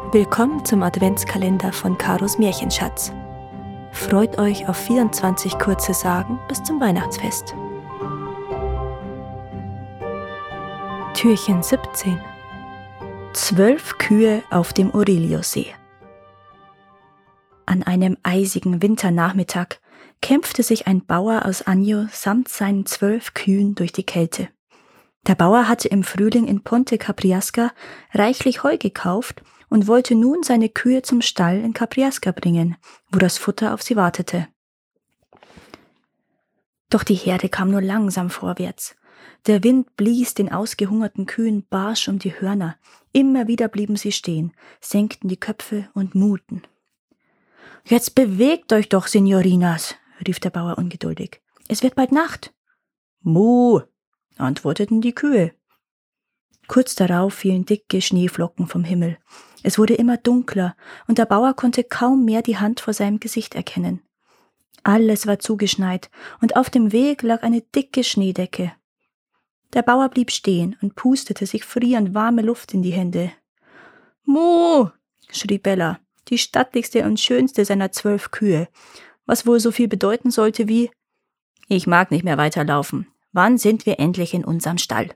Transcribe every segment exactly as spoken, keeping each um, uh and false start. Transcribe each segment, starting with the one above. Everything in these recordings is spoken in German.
Willkommen zum Adventskalender von Karos Märchenschatz. Freut euch auf vierundzwanzig kurze Sagen bis zum Weihnachtsfest. Türchen siebzehn. Zwölf Kühe auf dem Aureliussee. An einem eisigen Winternachmittag kämpfte sich ein Bauer aus Agno samt seinen zwölf Kühen durch die Kälte. Der Bauer hatte im Frühling in Ponte Capriasca reichlich Heu gekauft und wollte nun seine Kühe zum Stall in Capriasca bringen, wo das Futter auf sie wartete. Doch die Herde kam nur langsam vorwärts. Der Wind blies den ausgehungerten Kühen barsch um die Hörner. Immer wieder blieben sie stehen, senkten die Köpfe und muten. »Jetzt bewegt euch doch, Signorinas«, rief der Bauer ungeduldig. »Es wird bald Nacht.« »Muh«, antworteten die Kühe. Kurz darauf fielen dicke Schneeflocken vom Himmel. Es wurde immer dunkler und der Bauer konnte kaum mehr die Hand vor seinem Gesicht erkennen. Alles war zugeschneit und auf dem Weg lag eine dicke Schneedecke. Der Bauer blieb stehen und pustete sich frierend warme Luft in die Hände. »Muh«, schrie Bella, die stattlichste und schönste seiner zwölf Kühe, was wohl so viel bedeuten sollte wie »Ich mag nicht mehr weiterlaufen. Wann sind wir endlich in unserem Stall?«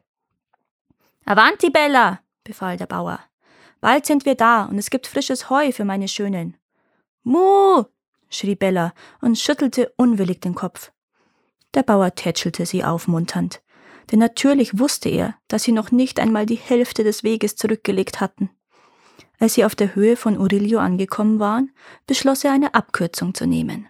»Avanti, Bella«, befahl der Bauer. »Bald sind wir da und es gibt frisches Heu für meine Schönen.« »Muh«, schrie Bella und schüttelte unwillig den Kopf. Der Bauer tätschelte sie aufmunternd, denn natürlich wusste er, dass sie noch nicht einmal die Hälfte des Weges zurückgelegt hatten. Als sie auf der Höhe von Aurelio angekommen waren, beschloss er, eine Abkürzung zu nehmen.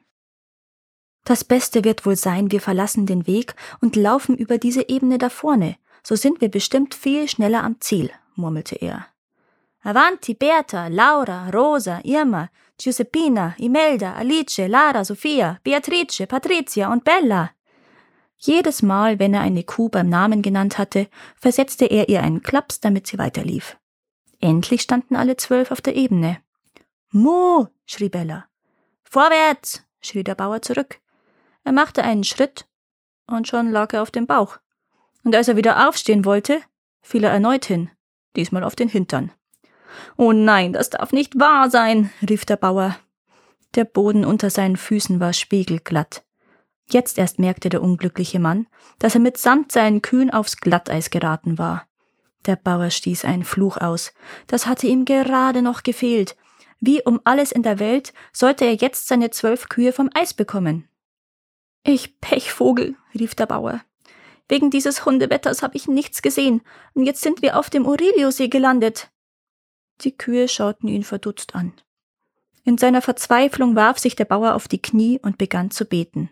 »Das Beste wird wohl sein, wir verlassen den Weg und laufen über diese Ebene da vorne. So sind wir bestimmt viel schneller am Ziel«, murmelte er. »Avanti, Berta, Laura, Rosa, Irma, Giuseppina, Imelda, Alice, Lara, Sofia, Beatrice, Patricia und Bella.« Jedes Mal, wenn er eine Kuh beim Namen genannt hatte, versetzte er ihr einen Klaps, damit sie weiterlief. Endlich standen alle zwölf auf der Ebene. »Muh«, schrie Bella. »Vorwärts«, schrie der Bauer zurück. Er machte einen Schritt und schon lag er auf dem Bauch. Und als er wieder aufstehen wollte, fiel er erneut hin, diesmal auf den Hintern. »Oh nein, das darf nicht wahr sein«, rief der Bauer. Der Boden unter seinen Füßen war spiegelglatt. Jetzt erst merkte der unglückliche Mann, dass er mitsamt seinen Kühen aufs Glatteis geraten war. Der Bauer stieß einen Fluch aus. Das hatte ihm gerade noch gefehlt. Wie um alles in der Welt sollte er jetzt seine zwölf Kühe vom Eis bekommen? »Ich Pechvogel«, rief der Bauer. »Wegen dieses Hundewetters habe ich nichts gesehen, und jetzt sind wir auf dem Aureliussee gelandet.« Die Kühe schauten ihn verdutzt an. In seiner Verzweiflung warf sich der Bauer auf die Knie und begann zu beten.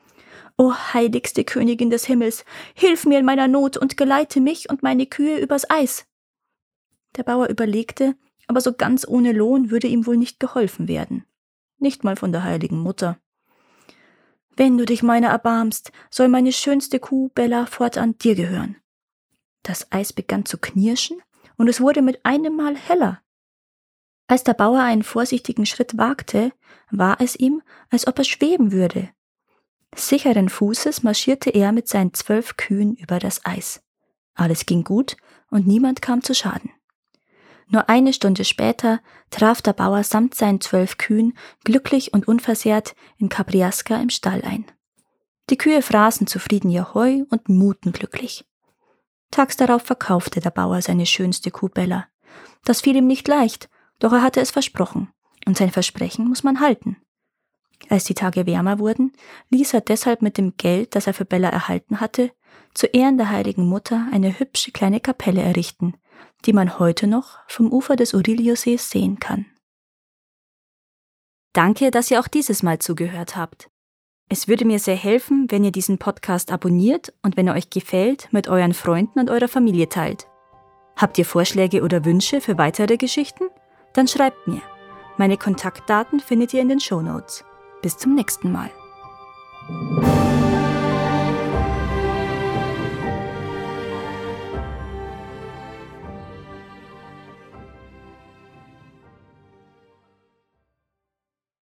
»O heiligste Königin des Himmels, hilf mir in meiner Not und geleite mich und meine Kühe übers Eis.« Der Bauer überlegte, aber so ganz ohne Lohn würde ihm wohl nicht geholfen werden. Nicht mal von der heiligen Mutter. »Wenn du dich meiner erbarmst, soll meine schönste Kuh Bella fortan dir gehören.« Das Eis begann zu knirschen und es wurde mit einem Mal heller. Als der Bauer einen vorsichtigen Schritt wagte, war es ihm, als ob er schweben würde. Sicheren Fußes marschierte er mit seinen zwölf Kühen über das Eis. Alles ging gut und niemand kam zu Schaden. Nur eine Stunde später traf der Bauer samt seinen zwölf Kühen glücklich und unversehrt in Capriasca im Stall ein. Die Kühe fraßen zufrieden ihr Heu und muten glücklich. Tags darauf verkaufte der Bauer seine schönste Kuh Bella. Das fiel ihm nicht leicht, doch er hatte es versprochen, und sein Versprechen muss man halten. Als die Tage wärmer wurden, ließ er deshalb mit dem Geld, das er für Bella erhalten hatte, zu Ehren der heiligen Mutter eine hübsche kleine Kapelle errichten, die man heute noch vom Ufer des Aureliussees sehen kann. Danke, dass ihr auch dieses Mal zugehört habt. Es würde mir sehr helfen, wenn ihr diesen Podcast abonniert und wenn er euch gefällt, mit euren Freunden und eurer Familie teilt. Habt ihr Vorschläge oder Wünsche für weitere Geschichten? Dann schreibt mir. Meine Kontaktdaten findet ihr in den Shownotes. Bis zum nächsten Mal.